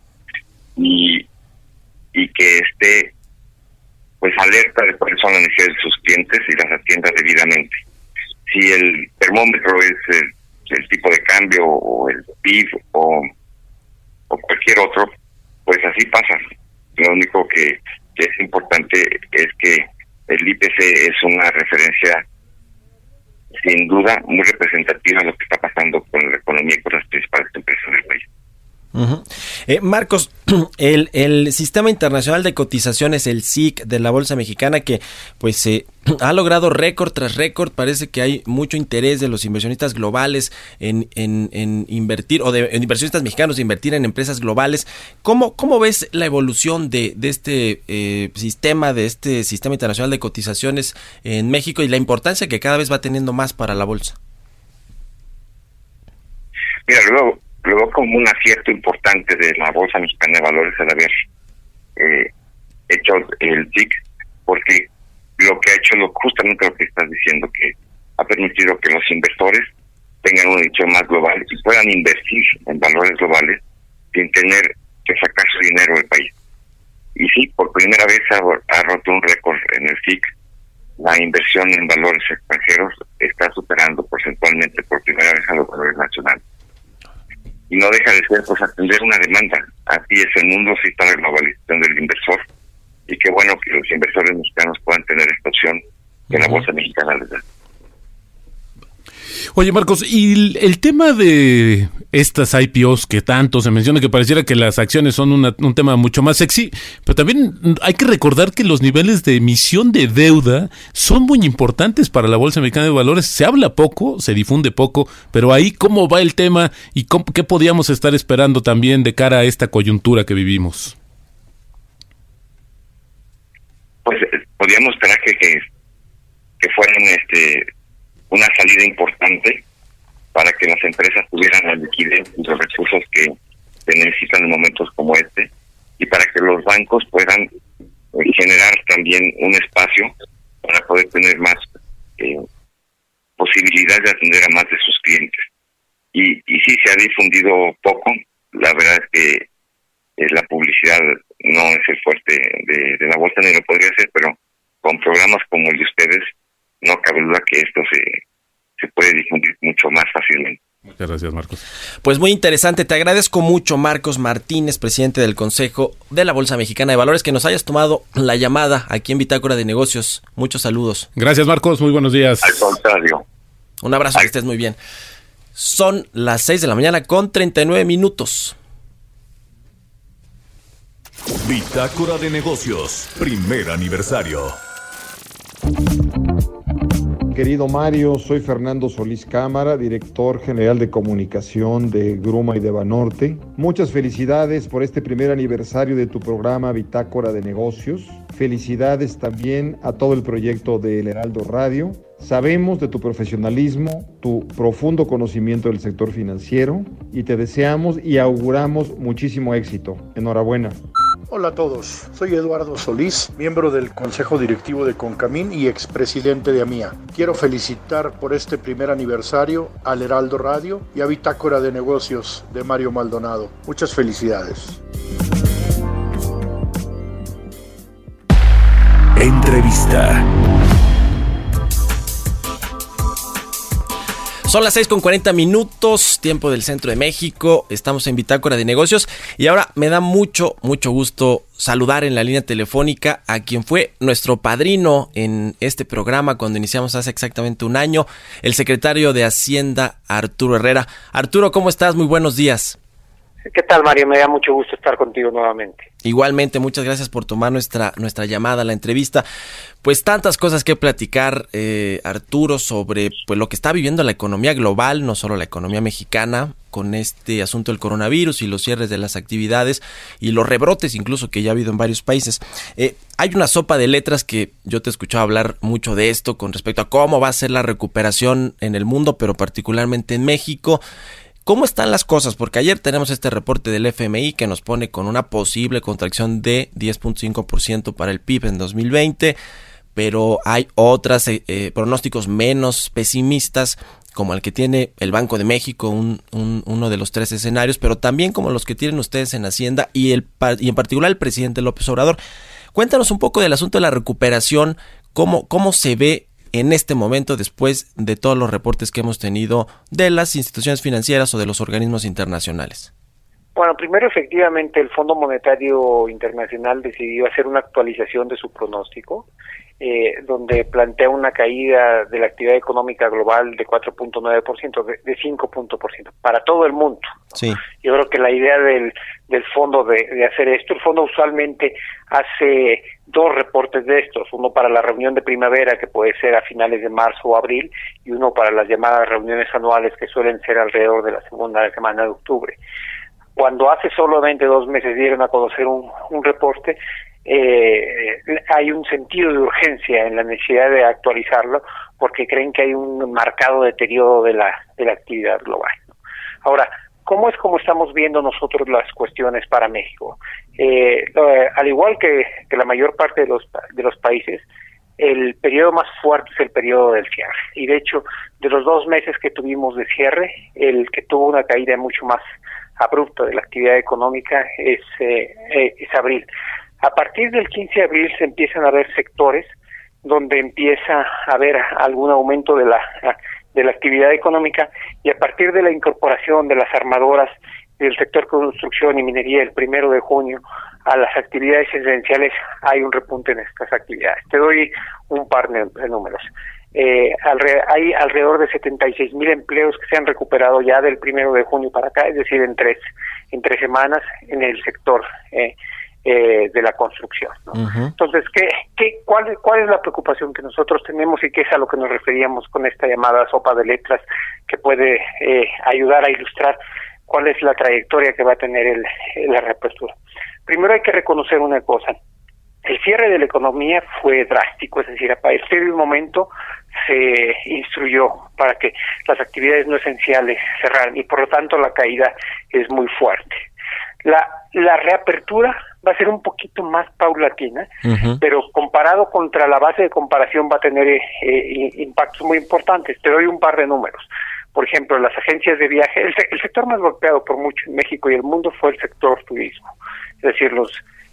y que esté pues alerta de cuáles son las necesidades de sus clientes y las atienda debidamente. Si el termómetro es el tipo de cambio o el PIB o cualquier otro, pues así pasa. Lo único que es importante es que el IPC es una referencia sin duda muy representativa de lo que está pasando con la economía y con las principales empresas del país. Uh-huh. Marcos, el Sistema Internacional de Cotizaciones, el SIC de la Bolsa Mexicana, que pues ha logrado récord tras récord, parece que hay mucho interés de los inversionistas globales en invertir, o de inversionistas mexicanos de invertir en empresas globales. ¿Cómo ves la evolución de este Sistema Internacional de Cotizaciones en México y la importancia que cada vez va teniendo más para la bolsa? Mira, luego como un acierto importante de la Bolsa Mexicana de Valores el haber hecho el SIC, porque lo que ha hecho justamente lo que estás diciendo, que ha permitido que los inversores tengan una visión más global y puedan invertir en valores globales sin tener que sacar su dinero del país. Y sí, por primera vez ha roto un récord en el SIC. La inversión en valores extranjeros está superando porcentualmente por primera vez a los valores nacionales. Y no deja de ser pues atender una demanda así es el mundo, así está la globalización del inversor, y qué bueno que los inversores mexicanos puedan tener esta opción que la Bolsa Mexicana les da. Oye, Marcos, y el tema de estas IPOs que tanto se menciona, que pareciera que las acciones son un tema mucho más sexy, pero también hay que recordar que los niveles de emisión de deuda son muy importantes para la Bolsa Mexicana de Valores. Se habla poco, se difunde poco, pero ahí ¿cómo va el tema y qué podíamos estar esperando también de cara a esta coyuntura que vivimos? Pues podríamos esperar que fueran una salida importante para que las empresas tuvieran la liquidez y los recursos que se necesitan en momentos como este, y para que los bancos puedan generar también un espacio para poder tener más posibilidad de atender a más de sus clientes. Y sí se ha difundido poco, la verdad es que la publicidad no es el fuerte de la bolsa, ni lo podría ser, pero con programas como el de ustedes, no cabe duda que esto se puede difundir mucho más fácilmente. Muchas gracias, Marcos. Pues muy interesante, te agradezco mucho, Marcos Martínez, presidente del Consejo de la Bolsa Mexicana de Valores, que nos hayas tomado la llamada aquí en Bitácora de Negocios. Muchos saludos. Gracias, Marcos, muy buenos días. Al contrario. Un abrazo, que estés muy bien. Son las 6 de la mañana con 39 minutos. Bitácora de Negocios, primer aniversario. Querido Mario, soy Fernando Solís Cámara, director general de comunicación de Gruma y de Banorte. Muchas felicidades por este primer aniversario de tu programa Bitácora de Negocios. Felicidades también a todo el proyecto de El Heraldo Radio. Sabemos de tu profesionalismo, tu profundo conocimiento del sector financiero y te deseamos y auguramos muchísimo éxito. Enhorabuena. Hola a todos, soy Eduardo Solís, miembro del Consejo Directivo de Concamín y expresidente de AMIA. Quiero felicitar por este primer aniversario al Heraldo Radio y a Bitácora de Negocios de Mario Maldonado. Muchas felicidades. Entrevista. Son las 6:40 minutos, tiempo del centro de México. Estamos en Bitácora de Negocios y ahora me da mucho gusto saludar en la línea telefónica a quien fue nuestro padrino en este programa cuando iniciamos hace exactamente un año, el secretario de Hacienda, Arturo Herrera. Arturo, ¿cómo estás? Muy buenos días. ¿Qué tal, Mario? Me da mucho gusto estar contigo nuevamente. Igualmente, muchas gracias por tomar nuestra llamada, la entrevista. Pues tantas cosas que platicar, Arturo, sobre pues lo que está viviendo la economía global, no solo la economía mexicana, con este asunto del coronavirus y los cierres de las actividades y los rebrotes incluso que ya ha habido en varios países. Hay una sopa de letras que yo te he escuchado hablar mucho de esto con respecto a cómo va a ser la recuperación en el mundo, pero particularmente en México. ¿Cómo están las cosas? Porque ayer tenemos este reporte del FMI que nos pone con una posible contracción de 10.5% para el PIB en 2020, pero hay otros pronósticos menos pesimistas, como el que tiene el Banco de México, uno de los 3 escenarios, pero también como los que tienen ustedes en Hacienda y en particular el presidente López Obrador. Cuéntanos un poco del asunto de la recuperación, cómo se ve en este momento después de todos los reportes que hemos tenido de las instituciones financieras o de los organismos internacionales. Bueno, primero efectivamente el Fondo Monetario Internacional decidió hacer una actualización de su pronóstico, donde plantea una caída de la actividad económica global de 4.9%, de 5% para todo el mundo. Sí. Yo creo que la idea del fondo de hacer esto, el fondo usualmente hace 2 reportes de estos, uno para la reunión de primavera, que puede ser a finales de marzo o abril, y uno para las llamadas reuniones anuales, que suelen ser alrededor de la segunda semana de octubre. Cuando hace solamente 2 meses dieron a conocer un reporte, hay un sentido de urgencia en la necesidad de actualizarlo, porque creen que hay un marcado deterioro de la actividad global. Ahora, ¿cómo estamos viendo nosotros las cuestiones para México? Al igual que la mayor parte de los países, el periodo más fuerte es el periodo del cierre. Y de hecho, de los 2 meses que tuvimos de cierre, el que tuvo una caída mucho más abrupta de la actividad económica es abril. A partir del 15 de abril se empiezan a ver sectores donde empieza a haber algún aumento de la actividad económica, y a partir de la incorporación de las armadoras del sector construcción y minería el 1 de junio a las actividades esenciales, hay un repunte en estas actividades. Te doy un par de números. Hay alrededor de 76,000 empleos que se han recuperado ya del 1 de junio para acá, es decir, en tres semanas en el sector de la construcción, ¿no? Entonces, ¿cuál es la preocupación que nosotros tenemos y qué es a lo que nos referíamos con esta llamada sopa de letras que puede ayudar a ilustrar cuál es la trayectoria que va a tener la reapertura? Primero hay que reconocer una cosa. El cierre de la economía fue drástico, es decir, a partir de un momento se instruyó para que las actividades no esenciales cerraran y por lo tanto la caída es muy fuerte. La reapertura va a ser un poquito más paulatina, pero comparado contra la base de comparación va a tener impactos muy importantes. Te doy un par de números. Por ejemplo, las agencias de viaje, el sector más golpeado por mucho en México y el mundo fue el sector turismo. Es decir, los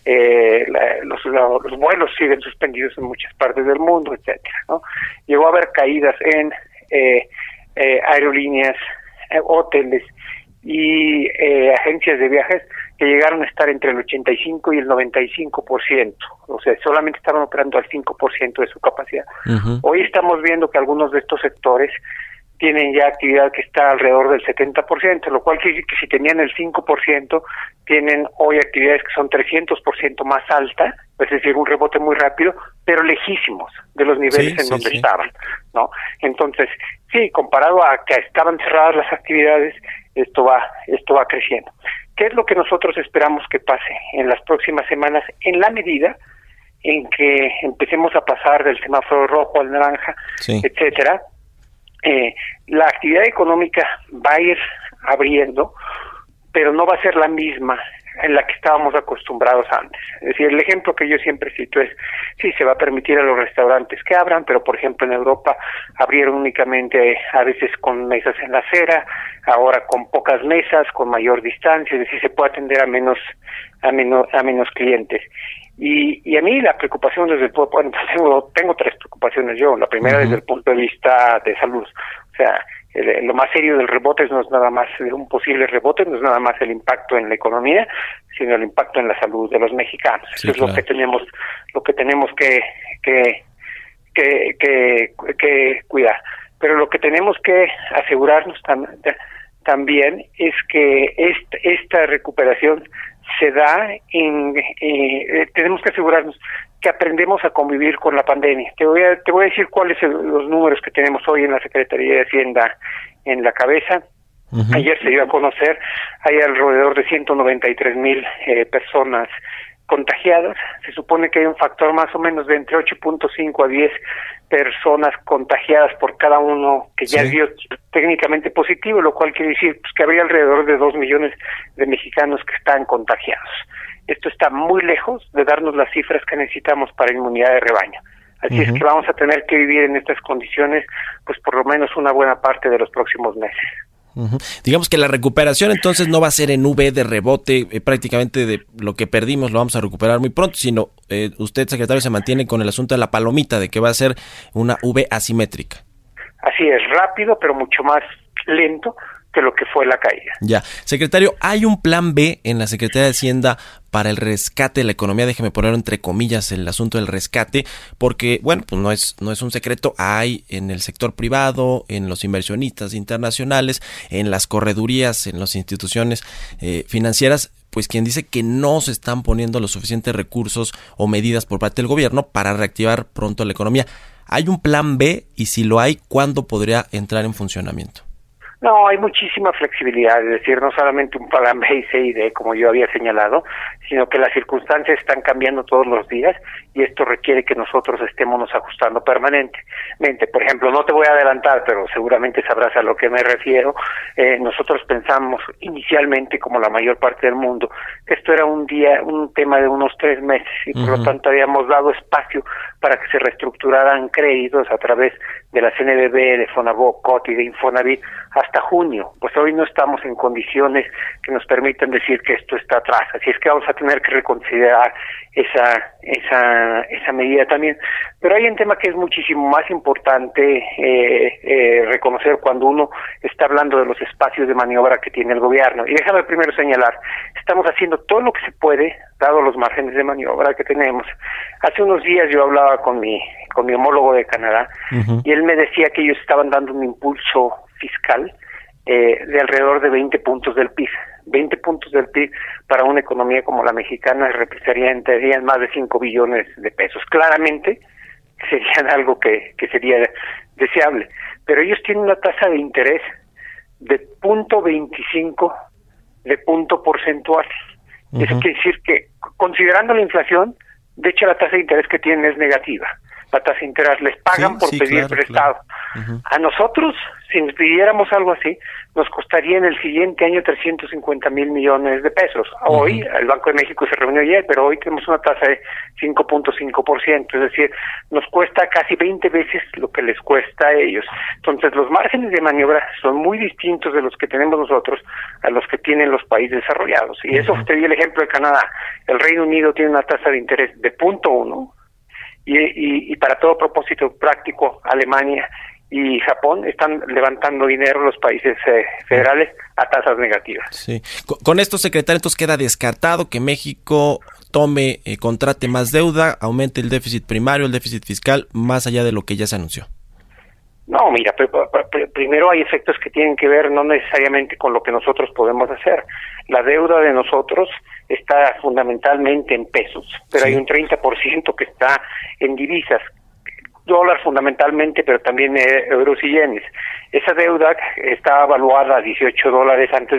vuelos siguen suspendidos en muchas partes del mundo, etcétera, ¿no? Llegó a haber caídas en aerolíneas, hoteles y agencias de viajes que llegaron a estar entre el 85 y el 95%, o sea, solamente estaban operando al 5% de su capacidad. Hoy estamos viendo que algunos de estos sectores tienen ya actividad que está alrededor del 70%, lo cual quiere decir que si tenían el 5%, tienen hoy actividades que son 300% más altas, es decir, un rebote muy rápido, pero lejísimos de los niveles donde estaban, ¿no? Entonces, sí, comparado a que estaban cerradas las actividades, esto va creciendo. ¿Qué es lo que nosotros esperamos que pase en las próximas semanas en la medida en que empecemos a pasar del semáforo rojo al naranja, etcétera? La actividad económica va a ir abriendo, pero no va a ser la misma en la que estábamos acostumbrados antes. Es decir, el ejemplo que yo siempre cito es, sí, se va a permitir a los restaurantes que abran, pero por ejemplo en Europa abrieron únicamente a veces con mesas en la acera, ahora con pocas mesas, con mayor distancia, es decir, se puede atender a menos clientes. Y a mí la preocupación tengo tres preocupaciones yo. La primera desde el punto de vista de salud. O sea, lo más serio del rebote no es nada más, un posible rebote no es nada más el impacto en la economía, sino el impacto en la salud de los mexicanos. Eso es lo que tenemos que cuidar. Pero lo que tenemos que asegurarnos también es que esta recuperación se da tenemos que asegurarnos que aprendemos a convivir con la pandemia. Te voy a decir cuáles son los números que tenemos hoy en la Secretaría de Hacienda en la cabeza. Ayer se dio a conocer, hay alrededor de 193,000 personas contagiadas. Se supone que hay un factor más o menos de entre 8.5 a 10 personas contagiadas por cada uno que ya dio técnicamente positivo, lo cual quiere decir que habría alrededor de 2 millones de mexicanos que están contagiados. Esto está muy lejos de darnos las cifras que necesitamos para inmunidad de rebaño. Así es que vamos a tener que vivir en estas condiciones pues por lo menos una buena parte de los próximos meses. Digamos que la recuperación entonces no va a ser en V de rebote, prácticamente de lo que perdimos lo vamos a recuperar muy pronto, sino usted, secretario, se mantiene con el asunto de la palomita, de que va a ser una V asimétrica. Así es, rápido, pero mucho más lento que lo que fue la caída. Ya. Secretario, ¿hay un plan B en la Secretaría de Hacienda para el rescate de la economía? Déjeme poner entre comillas el asunto del rescate, porque, bueno, pues no es un secreto, hay en el sector privado, en los inversionistas internacionales, en las corredurías, en las instituciones financieras, pues quien dice que no se están poniendo los suficientes recursos o medidas por parte del gobierno para reactivar pronto la economía. ¿Hay un plan B? Y si lo hay, ¿cuándo podría entrar en funcionamiento? No, hay muchísima flexibilidad, es decir, no solamente un plan B y C y D, como yo había señalado, sino que las circunstancias están cambiando todos los días y esto requiere que nosotros estemos ajustando permanentemente. Por ejemplo, no te voy a adelantar, pero seguramente sabrás a lo que me refiero. Nosotros pensamos inicialmente, como la mayor parte del mundo, que esto era un tema de unos 3 meses y por lo tanto habíamos dado espacio para que se reestructuraran créditos a través de la CNBB, de Fonavot y de Infonavit hasta junio. Pues hoy no estamos en condiciones que nos permitan decir que esto está atrás. Así es que vamos a tener que reconsiderar esa esa medida también. Pero hay un tema que es muchísimo más importante reconocer cuando uno está hablando de los espacios de maniobra que tiene el gobierno. Y déjame primero señalar, estamos haciendo todo lo que se puede, dado los márgenes de maniobra que tenemos. Hace unos días yo hablaba con mi homólogo de Canadá, y él me decía que ellos estaban dando un impulso fiscal de alrededor de 20 puntos del PIB. 20 puntos del PIB para una economía como la mexicana representarían más de 5 billones de pesos. Claramente serían algo que sería deseable, pero ellos tienen una tasa de interés de 0.25 de punto porcentual. Eso quiere decir que, considerando la inflación, de hecho la tasa de interés que tienen es negativa. La tasa de interés les pagan por pedir prestado. A nosotros, si nos pidiéramos algo así, nos costaría en el siguiente año 350 mil millones de pesos. Hoy, el Banco de México se reunió ayer, pero hoy tenemos una tasa de 5.5%, es decir, nos cuesta casi 20 veces lo que les cuesta a ellos. Entonces, los márgenes de maniobra son muy distintos de los que tenemos nosotros a los que tienen los países desarrollados. Y eso usted dio el ejemplo de Canadá. El Reino Unido tiene una tasa de interés de 0.1, y para todo propósito práctico, Alemania y Japón están levantando dinero los países federales a tasas negativas. Sí. Con esto, secretario, entonces queda descartado que México contrate más deuda, aumente el déficit primario, el déficit fiscal, más allá de lo que ya se anunció. No, mira, primero hay efectos que tienen que ver no necesariamente con lo que nosotros podemos hacer. La deuda de nosotros está fundamentalmente en pesos, pero hay un 30% que está en divisas, dólar fundamentalmente, pero también euros y yenes. Esa deuda está evaluada a $18 antes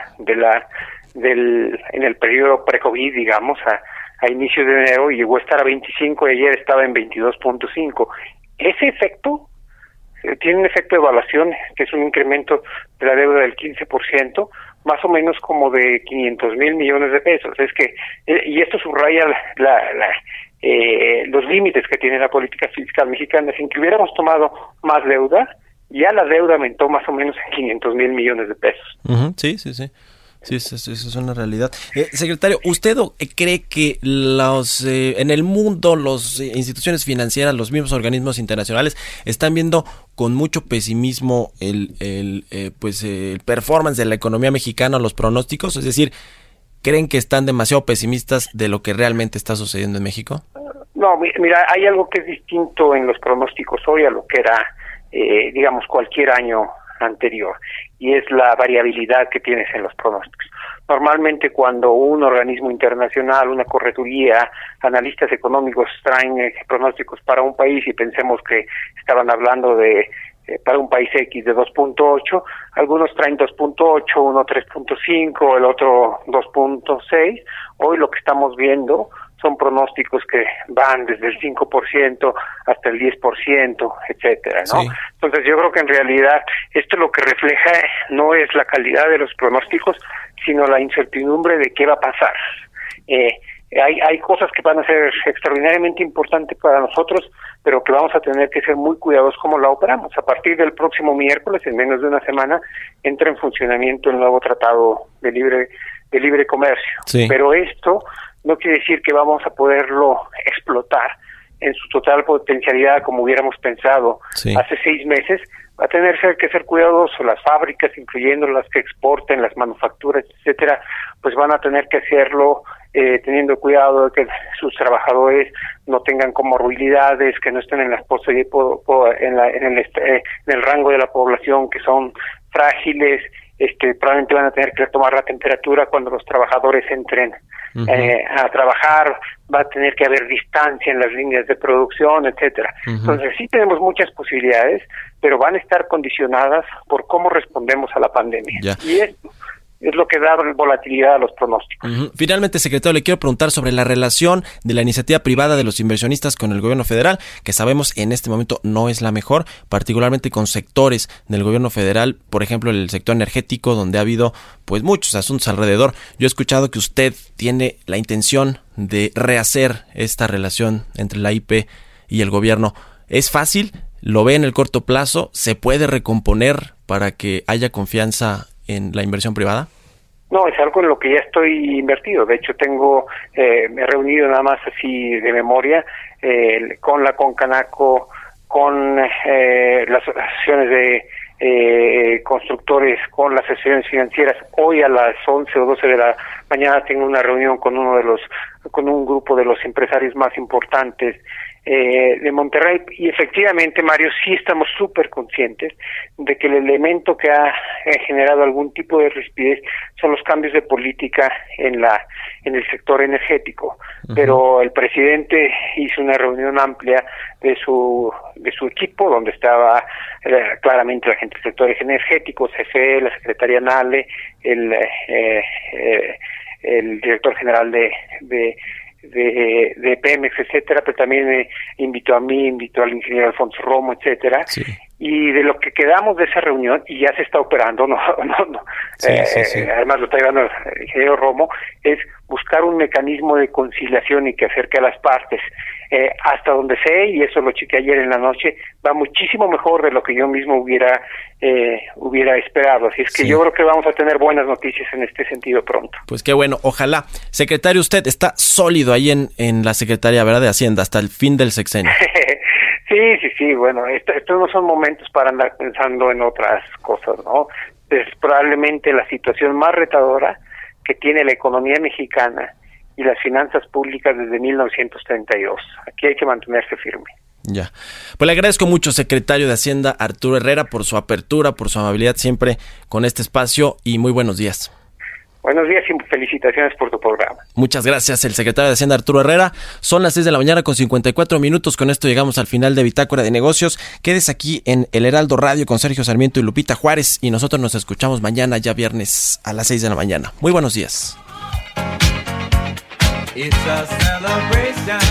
en el periodo pre-COVID, digamos, a inicios de enero, y llegó a estar a 25 y ayer estaba en 22.5. Ese efecto tiene un efecto de evaluación, que es un incremento de la deuda del 15%, más o menos como de 500 mil millones de pesos. Es que, y esto subraya los límites que tiene la política fiscal mexicana. Si hubiéramos tomado más deuda, ya la deuda aumentó más o menos en 500 mil millones de pesos. Sí. Sí, eso es una realidad. Secretario, ¿usted cree que en el mundo las instituciones financieras, los mismos organismos internacionales están viendo con mucho pesimismo el performance de la economía mexicana, los pronósticos? Es decir, ¿creen que están demasiado pesimistas de lo que realmente está sucediendo en México? No, mira, hay algo que es distinto en los pronósticos hoy a lo que era, digamos, cualquier año anterior, y es la variabilidad que tienes en los pronósticos. Normalmente cuando un organismo internacional, una correduría, analistas económicos traen pronósticos para un país y pensemos que estaban hablando de para un país X de 2.8, algunos traen 2.8, uno 3.5, el otro 2.6. Hoy lo que estamos viendo son pronósticos que van desde el 5% hasta el 10%, etcétera, ¿no? Sí. Entonces yo creo que en realidad esto lo que refleja no es la calidad de los pronósticos, sino la incertidumbre de qué va a pasar. Hay cosas que van a ser extraordinariamente importantes para nosotros, pero que vamos a tener que ser muy cuidadosos cómo la operamos. A partir del próximo miércoles, en menos de una semana, entra en funcionamiento el nuevo Tratado de Libre Comercio. Sí. Pero esto no quiere decir que vamos a poderlo explotar en su total potencialidad como hubiéramos pensado hace 6 meses. Va a tener que ser cuidadoso. Las fábricas, incluyendo las que exporten, las manufacturas, etcétera, pues van a tener que hacerlo teniendo cuidado de que sus trabajadores no tengan comorbilidades, que no estén en las en el rango de la población, que son frágiles. Probablemente van a tener que tomar la temperatura cuando los trabajadores entren a trabajar. Va a tener que haber distancia en las líneas de producción, etcétera. Entonces sí tenemos muchas posibilidades, pero van a estar condicionadas por cómo respondemos a la pandemia. Ya. Y esto es lo que da volatilidad a los pronósticos. Finalmente, secretario, le quiero preguntar sobre la relación de la iniciativa privada de los inversionistas con el gobierno federal, que sabemos en este momento no es la mejor, particularmente con sectores del gobierno federal, por ejemplo, el sector energético, donde ha habido pues muchos asuntos alrededor. Yo he escuchado que usted tiene la intención de rehacer esta relación entre la IP y el gobierno. ¿Es fácil? ¿Lo ve en el corto plazo? ¿Se puede recomponer para que haya confianza en la inversión privada? No, es algo en lo que ya estoy invertido. De hecho, me he reunido nada más así de memoria con la Concanaco, con las asociaciones de constructores, con las asociaciones financieras. Hoy a las 11 o 12 de la mañana tengo una reunión con un grupo de los empresarios más importantes de Monterrey, y efectivamente, Mario, sí estamos súper conscientes de que el elemento que ha generado algún tipo de rispidez son los cambios de política en el sector energético. Uh-huh. Pero el presidente hizo una reunión amplia de su equipo, donde estaba claramente la gente del sector energético, CFE, la secretaria Nale, el director general de Pemex, etcétera, pero también invitó al ingeniero Alfonso Romo, etcétera. Sí. Y de lo que quedamos de esa reunión, y ya se está operando, sí. Además lo está llevando el ingeniero Romo, es buscar un mecanismo de conciliación y que acerque a las partes. Hasta donde sé, y eso lo chequé ayer en la noche, va muchísimo mejor de lo que yo mismo hubiera esperado. Así es que yo creo que vamos a tener buenas noticias en este sentido pronto. Pues qué bueno, ojalá. Secretario, usted está sólido ahí en la Secretaría, ¿verdad?, de Hacienda, hasta el fin del sexenio. Sí, bueno, estos no son momentos para andar pensando en otras cosas, ¿no? Es probablemente la situación más retadora que tiene la economía mexicana y las finanzas públicas desde 1932. Aquí hay que mantenerse firme. Ya. Pues le agradezco mucho, secretario de Hacienda Arturo Herrera, por su apertura, por su amabilidad siempre con este espacio, y muy buenos días. Buenos días y felicitaciones por tu programa. Muchas gracias, el secretario de Hacienda Arturo Herrera. Son las 6 de la mañana con 54 minutos. Con esto llegamos al final de Bitácora de Negocios. Quédese aquí en El Heraldo Radio con Sergio Sarmiento y Lupita Juárez, y nosotros nos escuchamos mañana, ya viernes, a las 6 de la mañana. Muy buenos días. It's a celebration.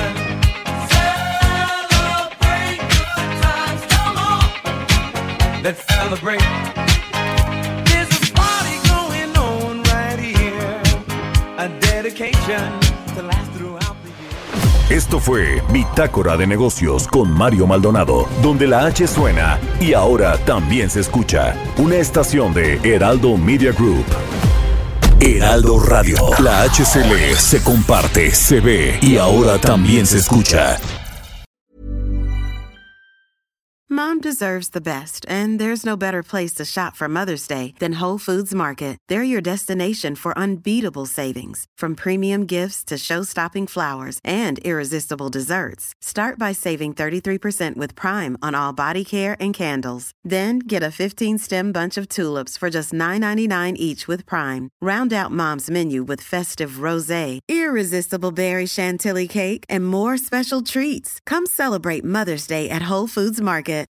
Celebrate good times, come on. Let's celebrate. There's a party going on right here. A dedication to last throughout the year. Esto fue Bitácora de Negocios con Mario Maldonado, donde la H suena y ahora también se escucha. Una estación de Heraldo Media Group. Heraldo Radio. La HCL se comparte, se ve y ahora también se escucha. Mom deserves the best, and there's no better place to shop for Mother's Day than Whole Foods Market. They're your destination for unbeatable savings, from premium gifts to show-stopping flowers and irresistible desserts. Start by saving 33% with Prime on all body care and candles. Then get a 15-stem bunch of tulips for just $9.99 each with Prime. Round out Mom's menu with festive rosé, irresistible berry chantilly cake, and more special treats. Come celebrate Mother's Day at Whole Foods Market.